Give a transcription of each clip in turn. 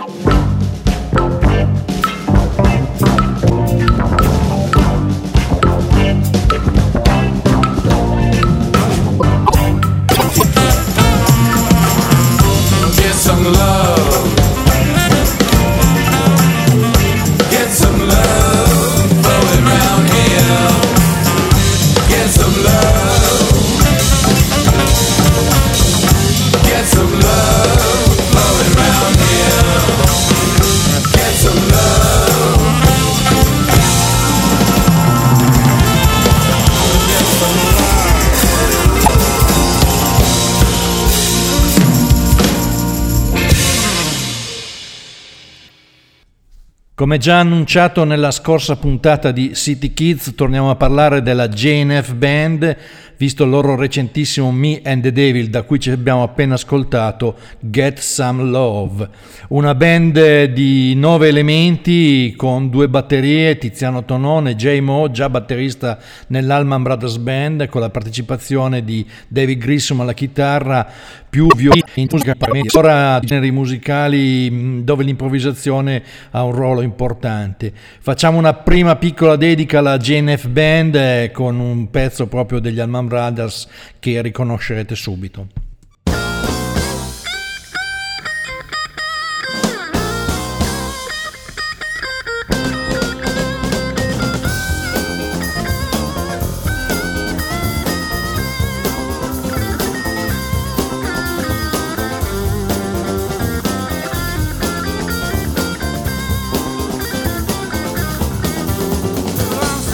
Come già annunciato nella scorsa puntata di City Kids, torniamo a parlare della JNF Band, visto il loro recentissimo Me and the Devil, da cui ci abbiamo appena ascoltato Get Some Love. Una band di 9 elementi con 2 batterie, Tiziano Tonone, Jay Mo, già batterista nell'Allman Brothers Band, con la partecipazione di David Grissom alla chitarra, più violini in musica ora generi musicali dove l'improvvisazione ha un ruolo importante. Facciamo una prima piccola dedica alla JNF Band con un pezzo proprio degli Allman Brothers che riconoscerete subito.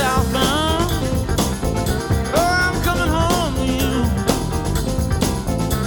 Southbound, oh, I'm coming home to you.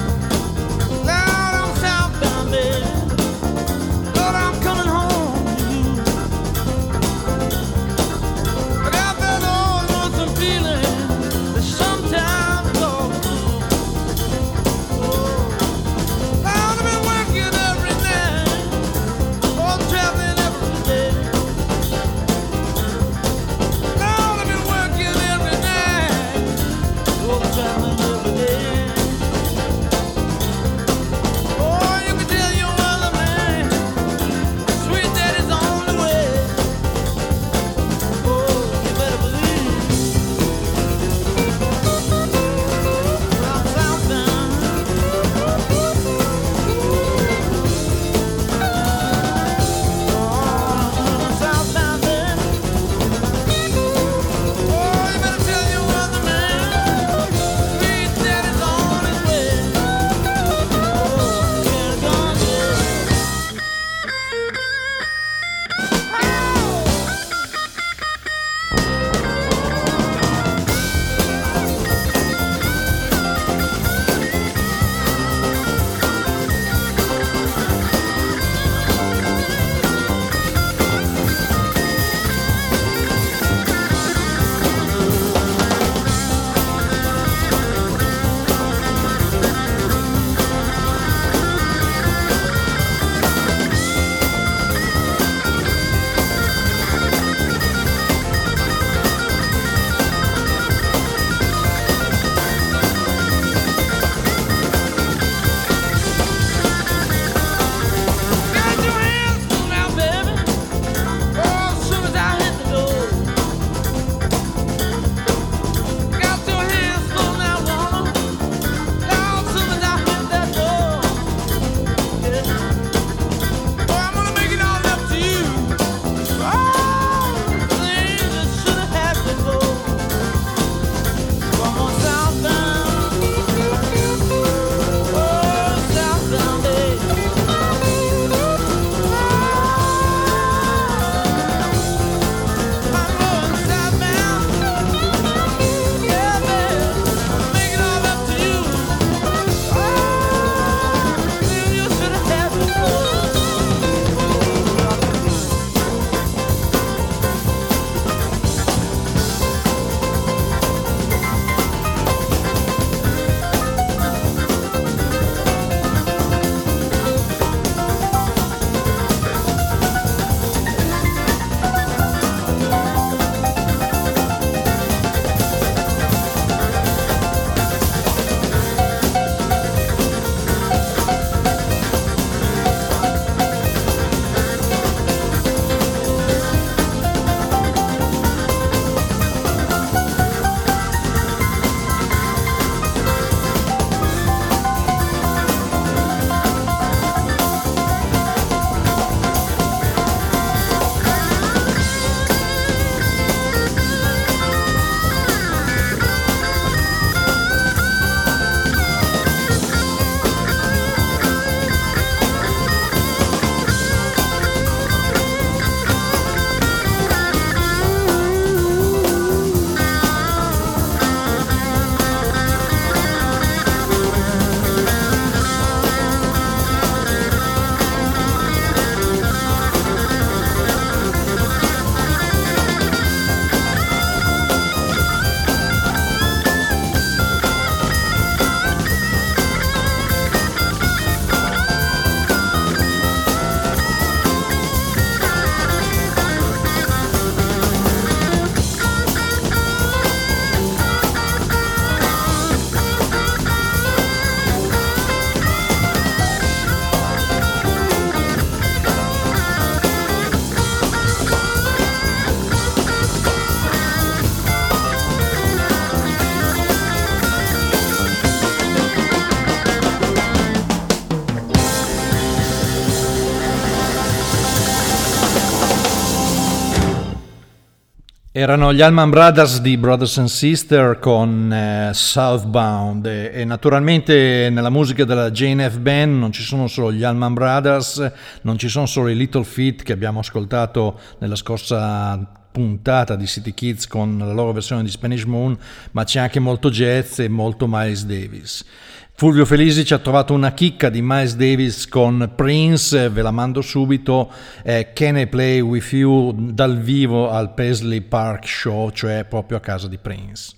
Erano gli Allman Brothers di Brothers and Sister con Southbound e naturalmente nella musica della Jane F. Band non ci sono solo gli Allman Brothers, non ci sono solo i Little Feat che abbiamo ascoltato nella scorsa puntata di City Kids con la loro versione di Spanish Moon, ma c'è anche molto jazz e molto Miles Davis. Fulvio Felisi ci ha trovato una chicca di Miles Davis con Prince, ve la mando subito, Can I Play With You dal vivo al Paisley Park Show, cioè proprio a casa di Prince.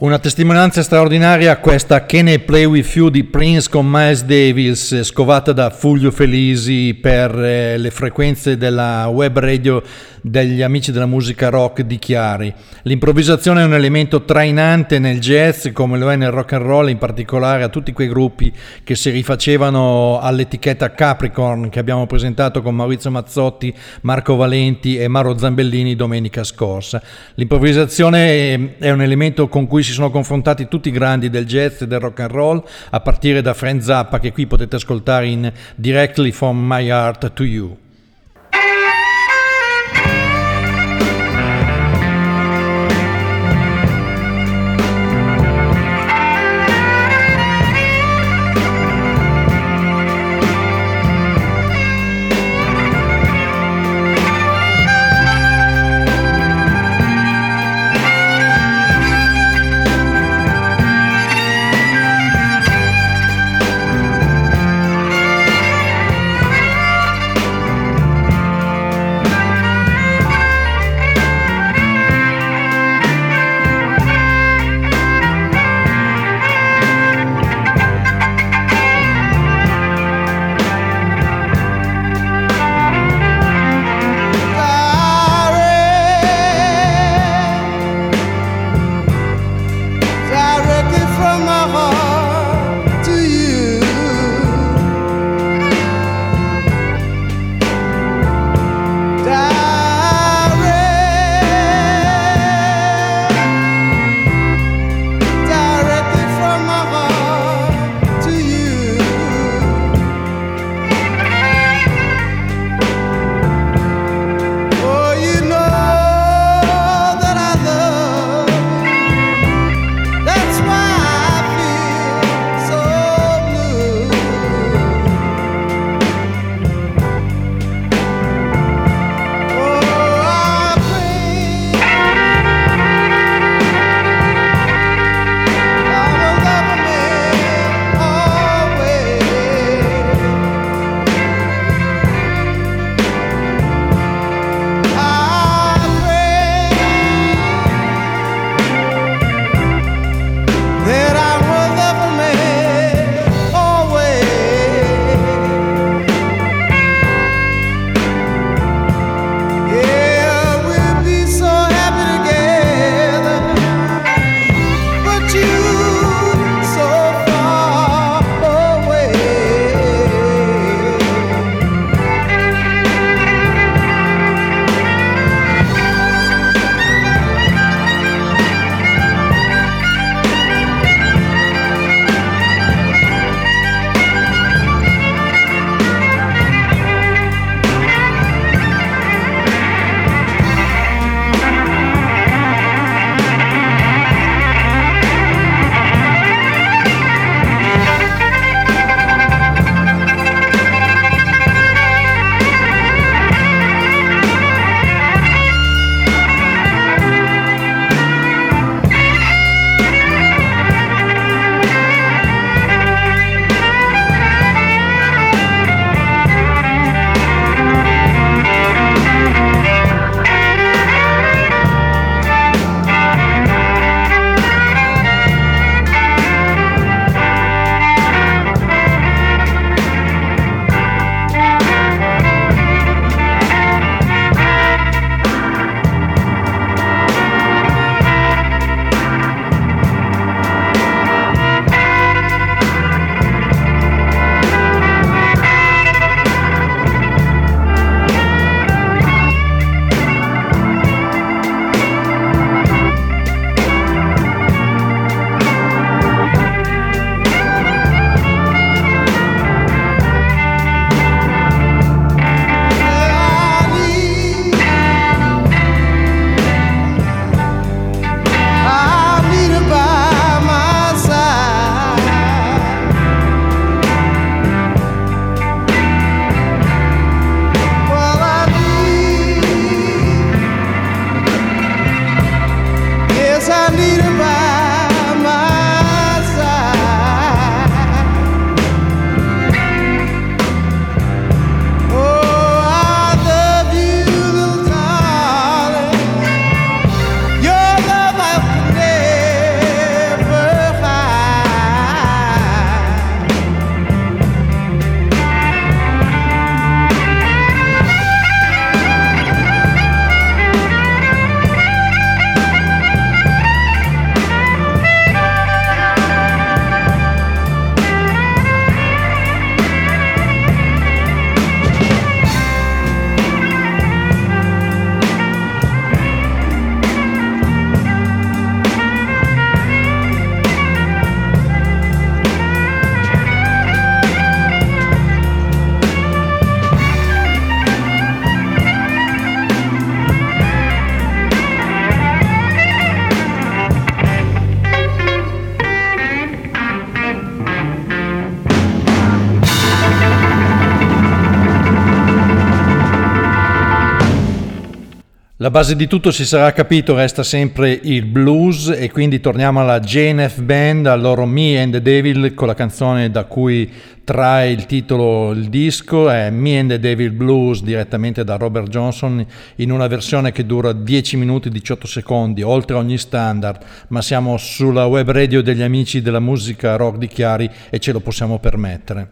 Una testimonianza straordinaria questa Can I Play With You di Prince con Miles Davis, scovata da Fulvio Felisi per le frequenze della web radio degli amici della musica rock di Chiari. L'improvvisazione è un elemento trainante nel jazz come lo è nel rock and roll, in particolare a tutti quei gruppi che si rifacevano all'etichetta Capricorn che abbiamo presentato con Maurizio Mazzotti, Marco Valenti e Mauro Zambellini domenica scorsa. L'improvvisazione è un elemento con cui si sono confrontati tutti i grandi del jazz e del rock and roll, a partire da Frank Zappa, che qui potete ascoltare in Directly From My Heart To You. La base di tutto, si sarà capito, resta sempre il blues, e quindi torniamo alla JNF Band, al loro Me and the Devil, con la canzone da cui trae il titolo il disco, è Me and the Devil Blues, direttamente da Robert Johnson, in una versione che dura 10 minuti e 18 secondi, oltre ogni standard, ma siamo sulla web radio degli amici della musica rock di Chiari e ce lo possiamo permettere.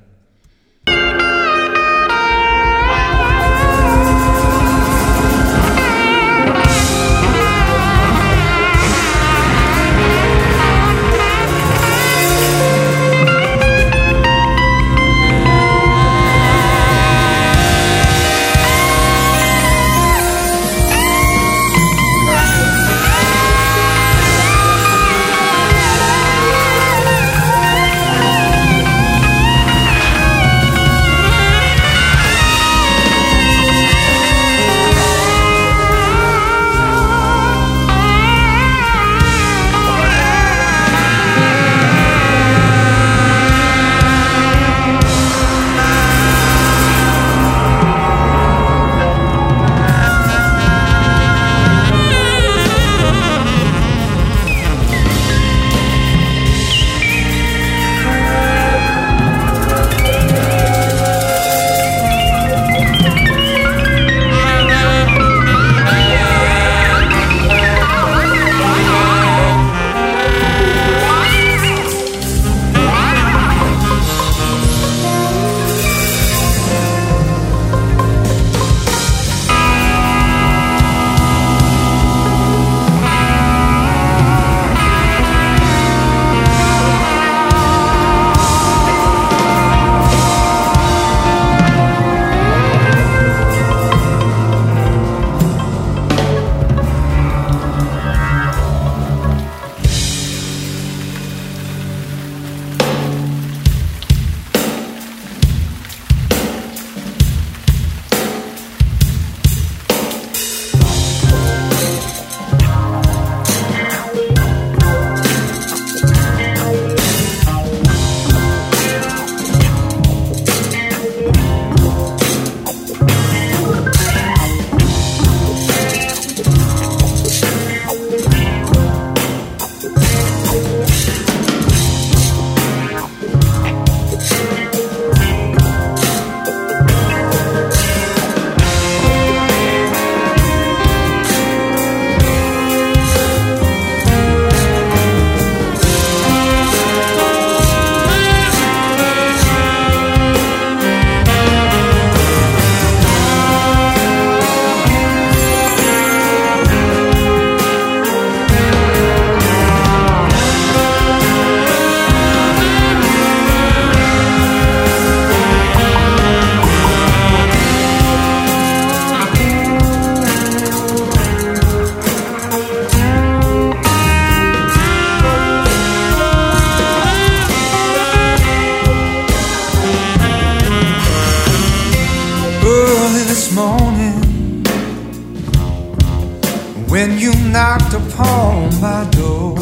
when you knocked upon my door.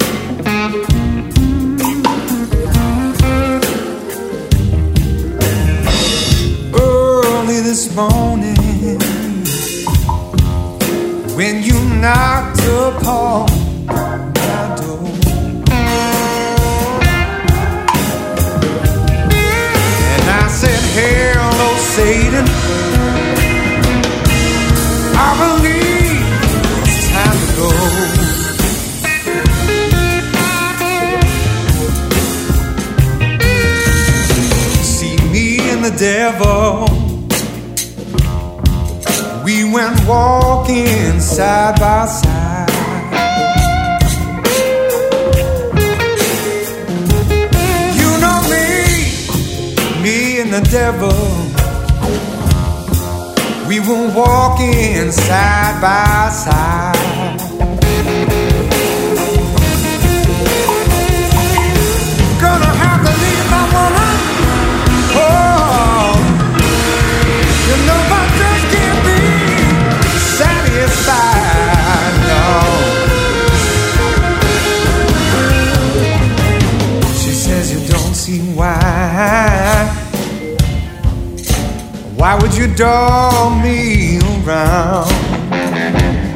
Early this morning, when you knocked upon my door. And I said, hello, Satan, I believe it's time to go. See, me and the devil, we went walking side by side. You know me and the devil, we were walking side by side. Gonna have to leave my woman. Oh, you know I just can't be satisfied, no. She says you don't see why. Why would you dog me around?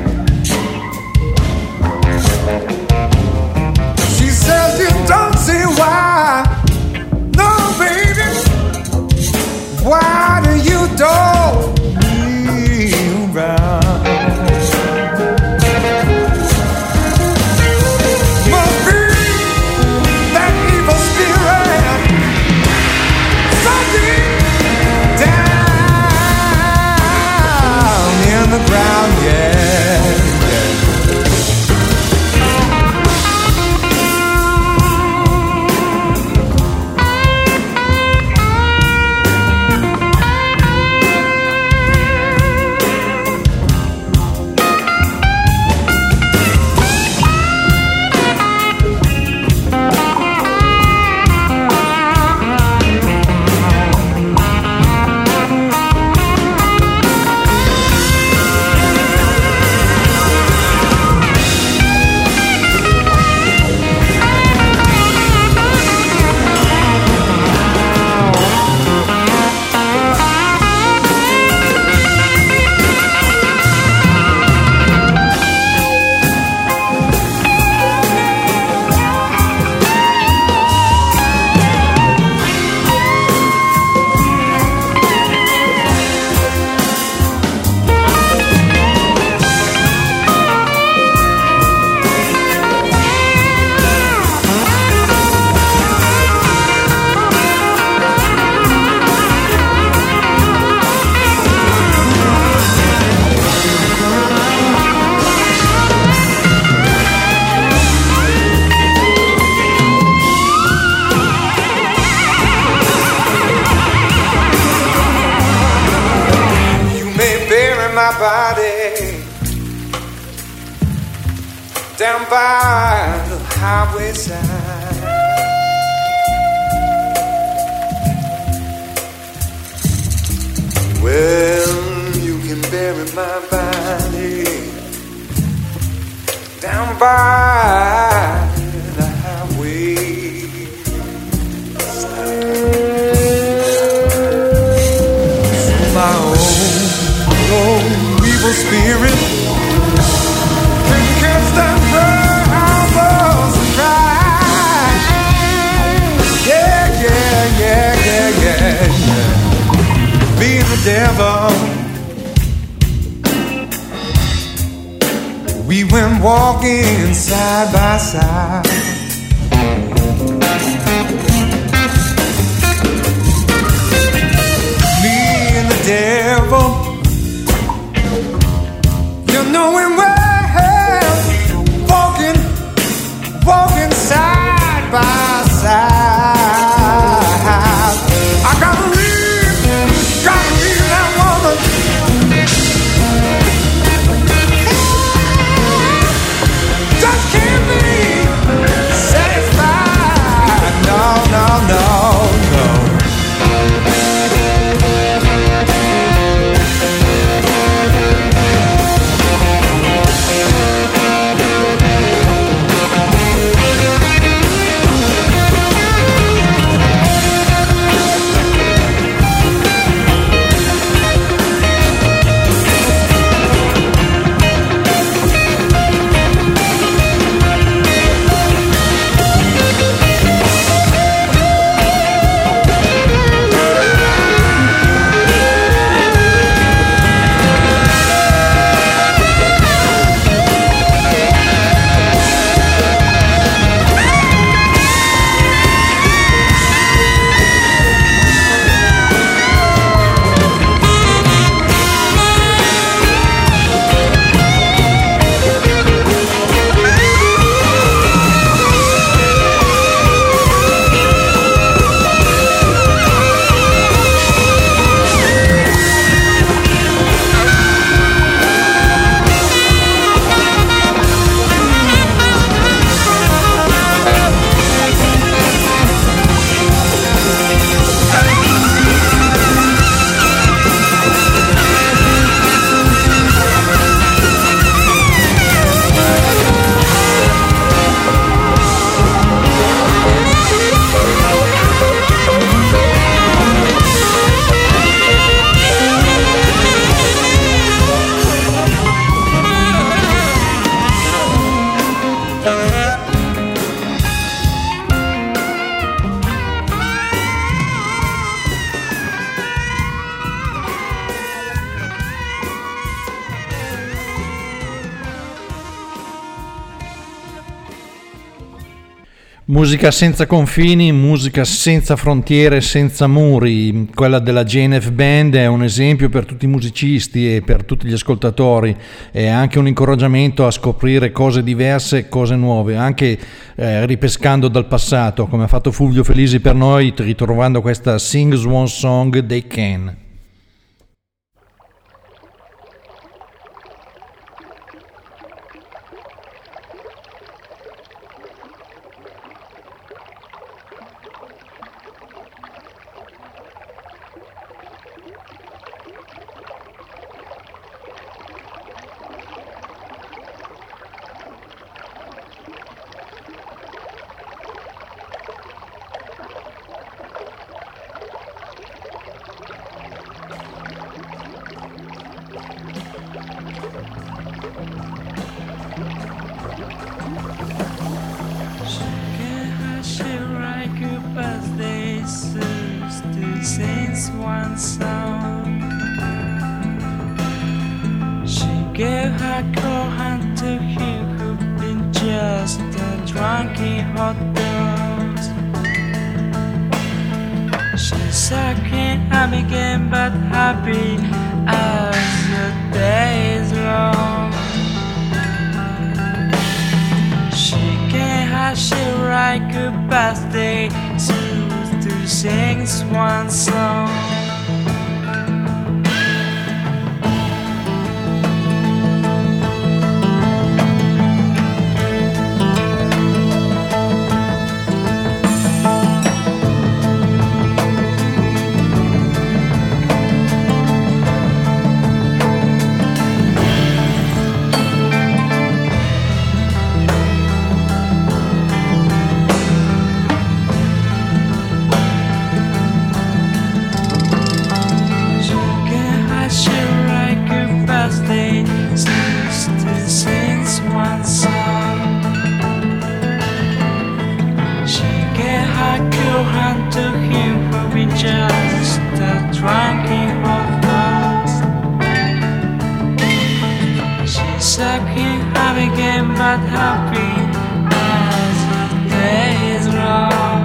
my body down by the highway side. Well, you can bury my body down by the highway side. My own evil spirit can't stand troubles and cry. Yeah, yeah, yeah, yeah, yeah, yeah. Being the devil, we went walking side by side. Me and the devil, you know him well, walking side by side. I gotta leave that woman. Just can't be satisfied. No, no, no, no. Musica senza confini, musica senza frontiere, senza muri. Quella della JNF Band è un esempio per tutti i musicisti e per tutti gli ascoltatori, è anche un incoraggiamento a scoprire cose diverse, cose nuove, anche ripescando dal passato, come ha fatto Fulvio Felisi per noi, ritrovando questa Sing Swan Song They Can. I could hand to him for me just a drinking of us. She's sucking up again but happy as the days run.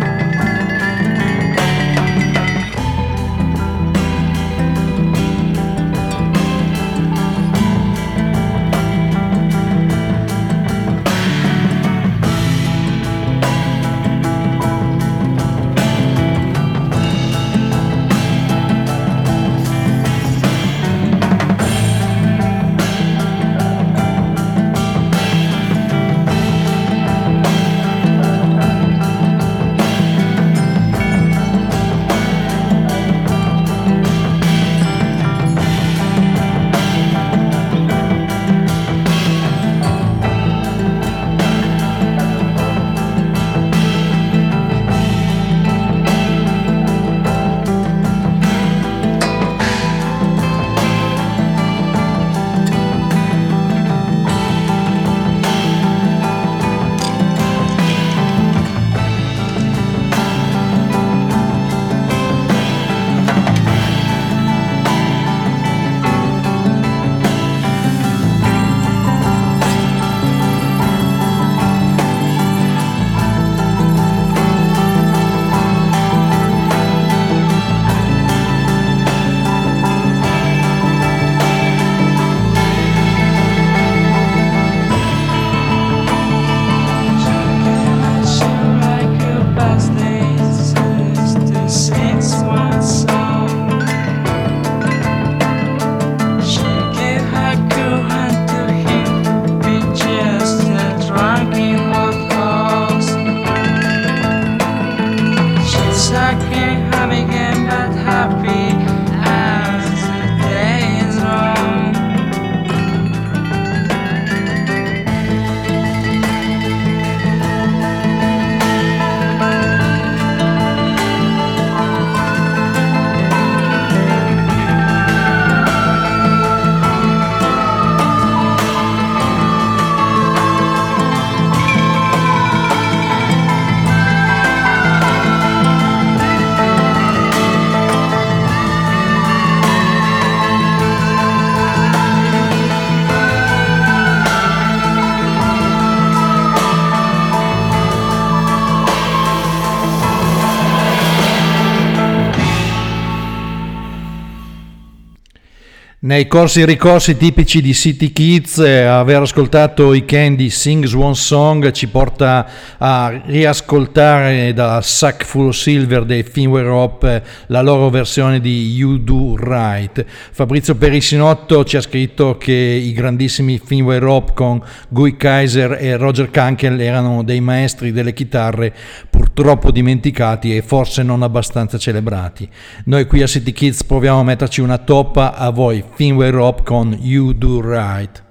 Nei corsi e ricorsi tipici di City Kids, aver ascoltato i Candy Sing Swan Song ci porta a riascoltare da Sack Full of Silver dei Finway Rop la loro versione di You Do Right. Fabrizio Perissinotto ci ha scritto che i grandissimi Finway Rop con Guy Kaiser e Roger Cankel erano dei maestri delle chitarre purtroppo dimenticati e forse non abbastanza celebrati. Noi qui a City Kids proviamo a metterci una toppa, a voi Finway Rop con You Do Right.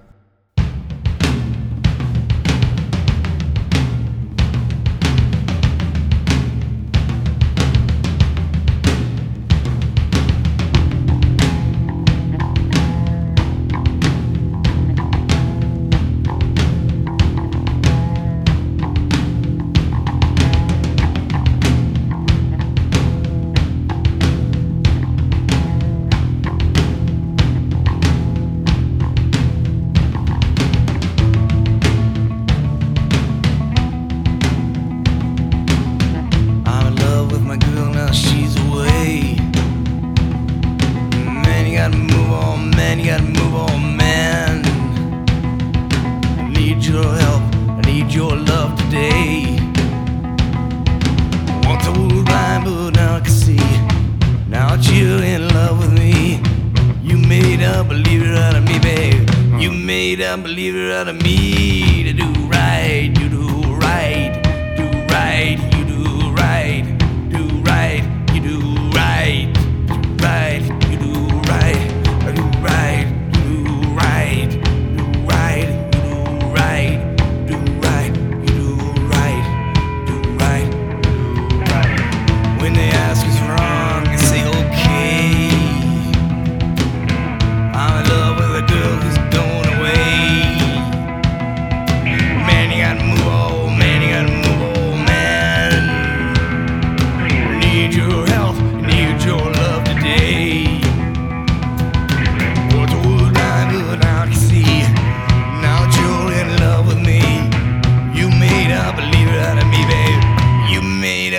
Man, you gotta move, oh man,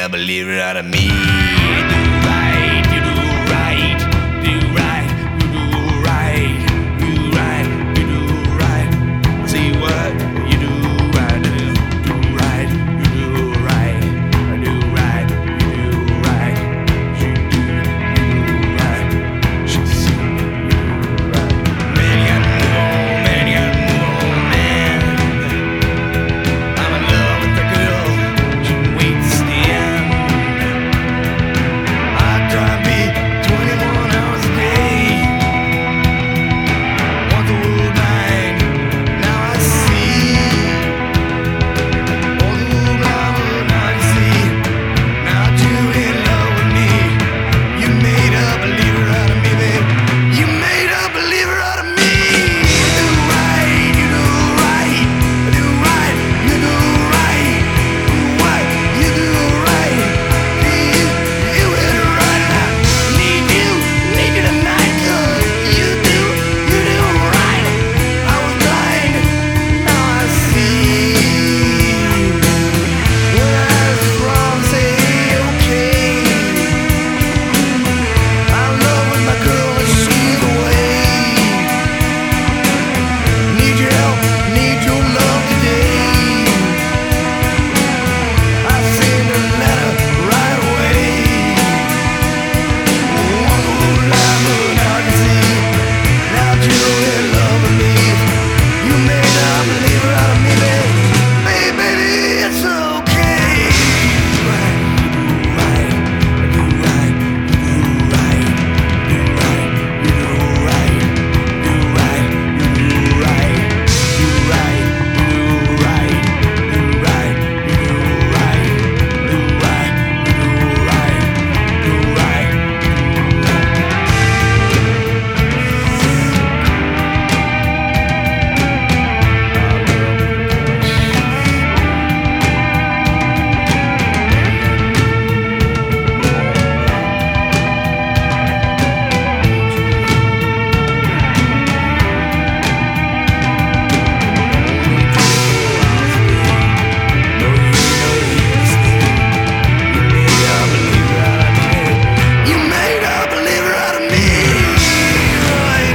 a believer out of me. Do right, you do right, do right, you do right, do right, you do right. See what you do right, do right, you do right, do right, you do right. She do right, she see you do right. Man, you gotta move on, man, you gotta move on, man. I'm in love with the girl, she waits the end. I try to be 21 hours a day. Want the world blind, now I see. Want the world blind, but now I see. Now you in love with me. You made a believer out of me, babe. You made a believer out of me. Do right, you do right. Do right, you do right. Do right, you do right. You will right now. Need you tonight, 'cause you do right. I was blind, now I see. When I was wrong, say okay. I'm in love with my girl and she's away. Need your help, need your love today. I send a letter right away. One more line, but now I can see. Now you're in love with me. You made a believer out of me, babe. Hey, baby, it's okay. Right, do right, do right, do right, you do right, do right, you do right, do right, you do right, do right, you do right, do right, you do right, do right, you made a believer out of me. Right.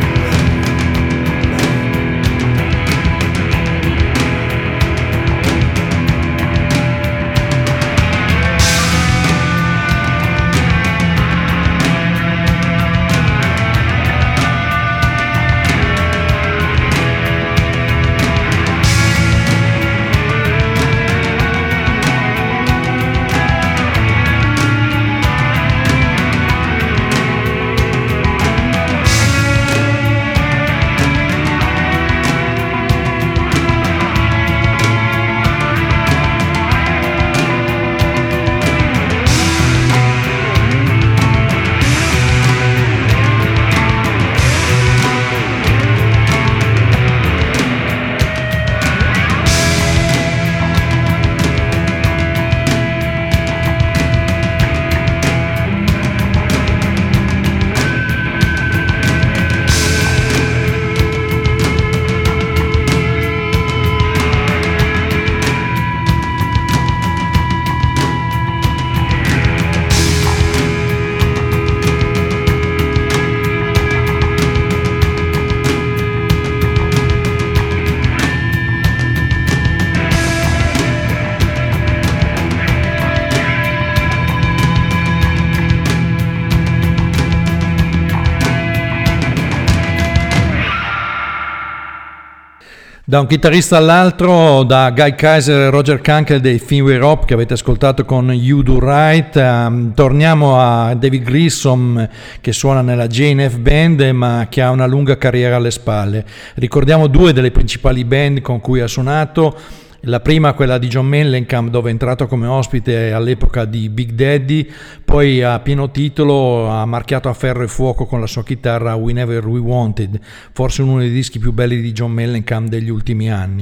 Da un chitarrista all'altro, da Guy Kaiser e Roger Kunkel dei Finway Rock che avete ascoltato con You Do Right, torniamo a David Grissom che suona nella JNF Band ma che ha una lunga carriera alle spalle. Ricordiamo due delle principali band con cui ha suonato. La prima, quella di John Mellencamp, dove è entrato come ospite all'epoca di Big Daddy, poi a pieno titolo ha marchiato a ferro e fuoco con la sua chitarra Whenever We Wanted, forse uno dei dischi più belli di John Mellencamp degli ultimi anni.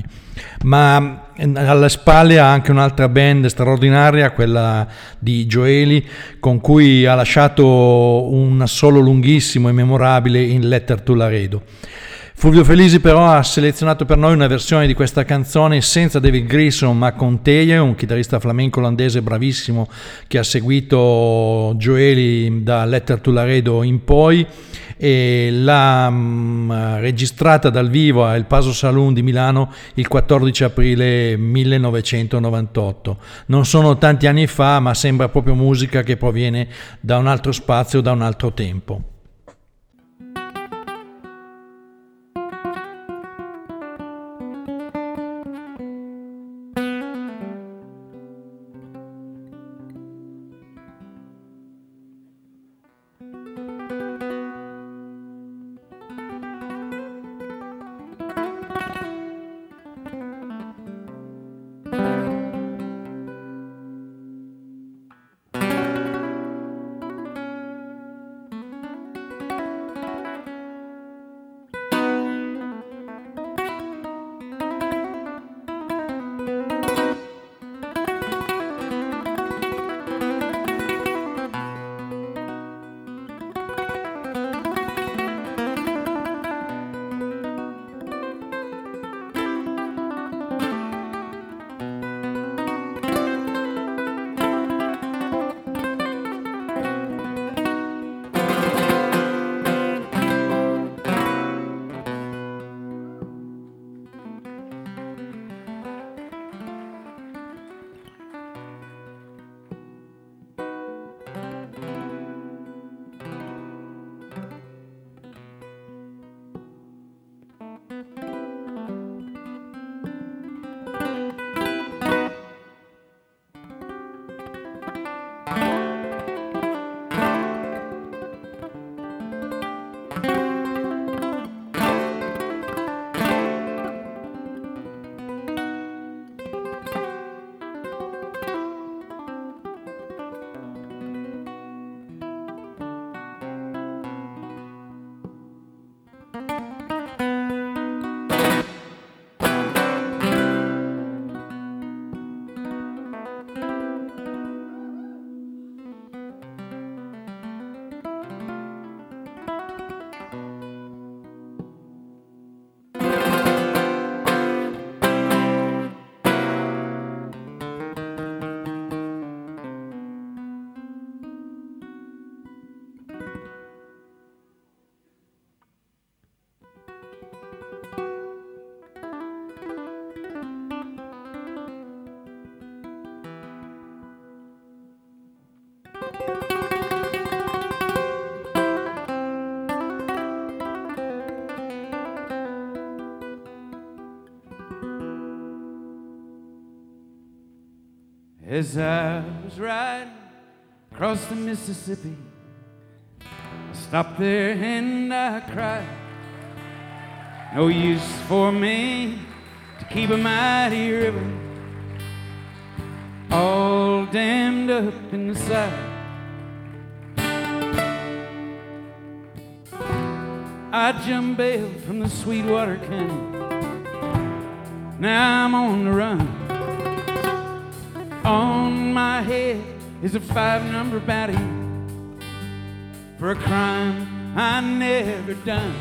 Ma alle spalle ha anche un'altra band straordinaria, quella di Joely, con cui ha lasciato un assolo lunghissimo e memorabile in Letter to Laredo. Fulvio Felisi però ha selezionato per noi una versione di questa canzone senza David Grissom ma con Teje, un chitarrista flamenco olandese bravissimo che ha seguito Joely da Letter to Laredo in poi, e l'ha registrata dal vivo a El Paso Saloon di Milano il 14 aprile 1998. Non sono tanti anni fa, ma sembra proprio musica che proviene da un altro spazio, da un altro tempo. As I was riding across the Mississippi, I stopped there and I cried. No use for me to keep a mighty river all dammed up in the side. I jumped bail from the Sweetwater Canyon. Now I'm on the run. On my head is a 5-number bounty for a crime I never done.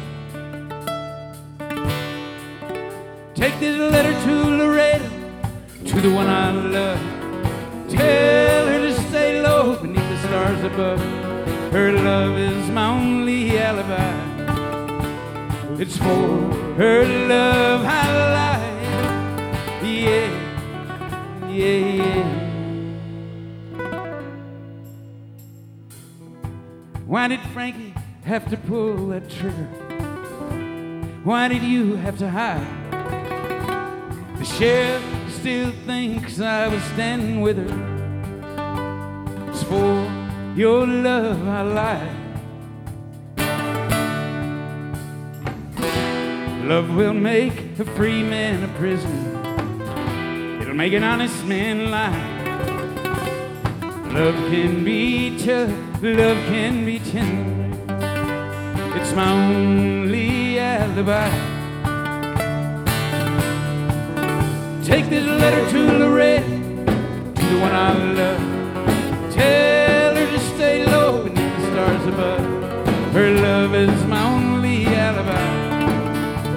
Take this letter to Laredo, to the one I love. Tell her to stay low beneath the stars above. Her love is my only alibi. It's for her love I lie. Yeah. Yeah, yeah. Why did Frankie have to pull that trigger? Why did you have to hide? The sheriff still thinks I was standing with her. It's for your love I lied. Love will make a free man a prisoner. It'll make an honest man lie. Love can be tough, love can be tender. It's my only alibi. Take this letter to Laredo, to the one I love. Tell her to stay low beneath the stars above. Her love is my only alibi.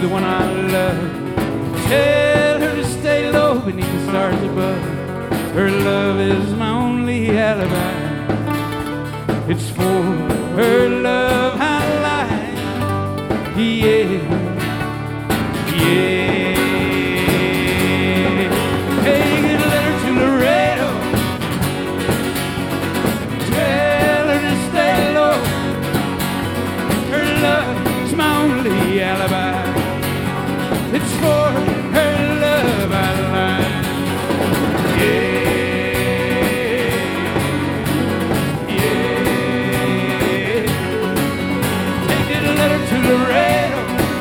the one I love. Tell her to stay low beneath the stars above. Her love is my only alibi. It's for her love I lie. Yeah, yeah. Take a letter to Laredo. Tell her to stay low. Her love is my only alibi. It's for her love I lie. Yeah. Laredo.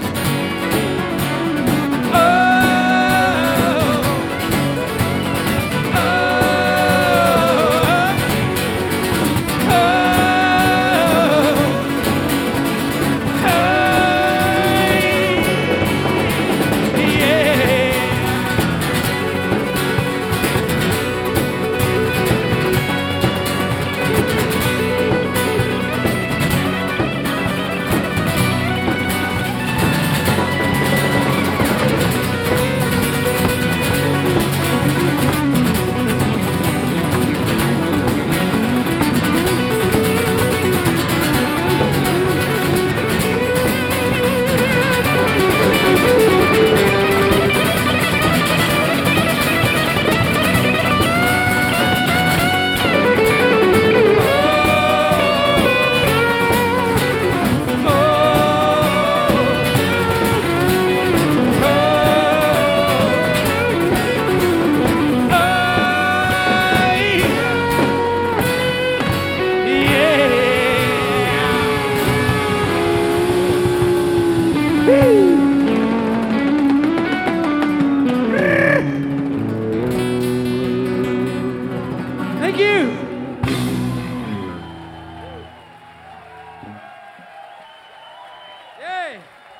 Oh, oh, oh, oh, yeah. Thank you. Yay.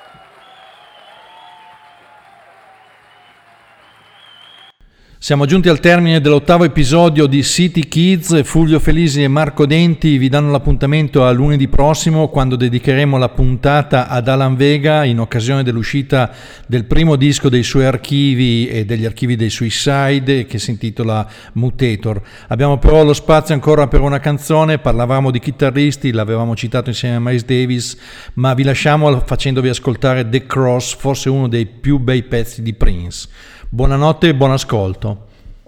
Siamo giunti al termine dell'8º episodio di City Kids. Fulvio Felisi e Marco Denti vi danno l'appuntamento a lunedì prossimo, quando dedicheremo la puntata ad Alan Vega in occasione dell'uscita del primo disco dei suoi archivi e degli archivi dei Suicide, che si intitola Mutator. Abbiamo però lo spazio ancora per una canzone. Parlavamo di chitarristi, l'avevamo citato insieme a Miles Davis, ma vi lasciamo facendovi ascoltare The Cross, forse uno dei più bei pezzi di Prince. Buonanotte e buon ascolto.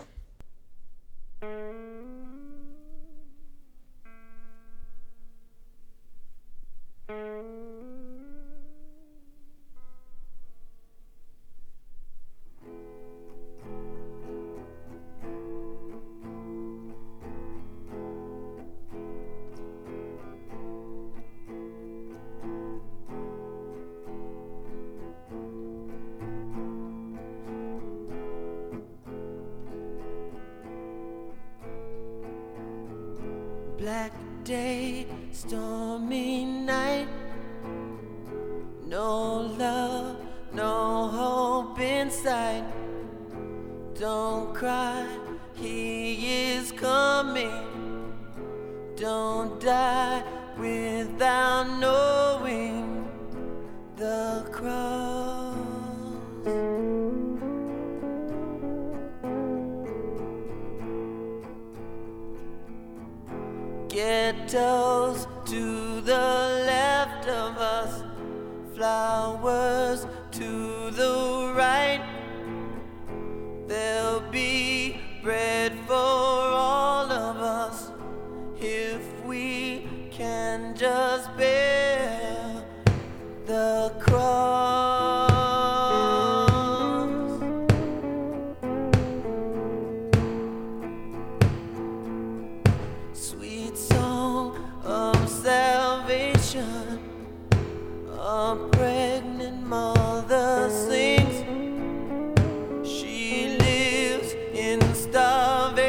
Black day, stormy night. No love, no hope in sight. Don't cry, he is coming. Don't die without knowing the cross. Ghettos to the left of us, flowers to the right. There'll be bread for all of us if we can just bear the cross. Sweet song of salvation, a pregnant mother sings. She lives in starvation.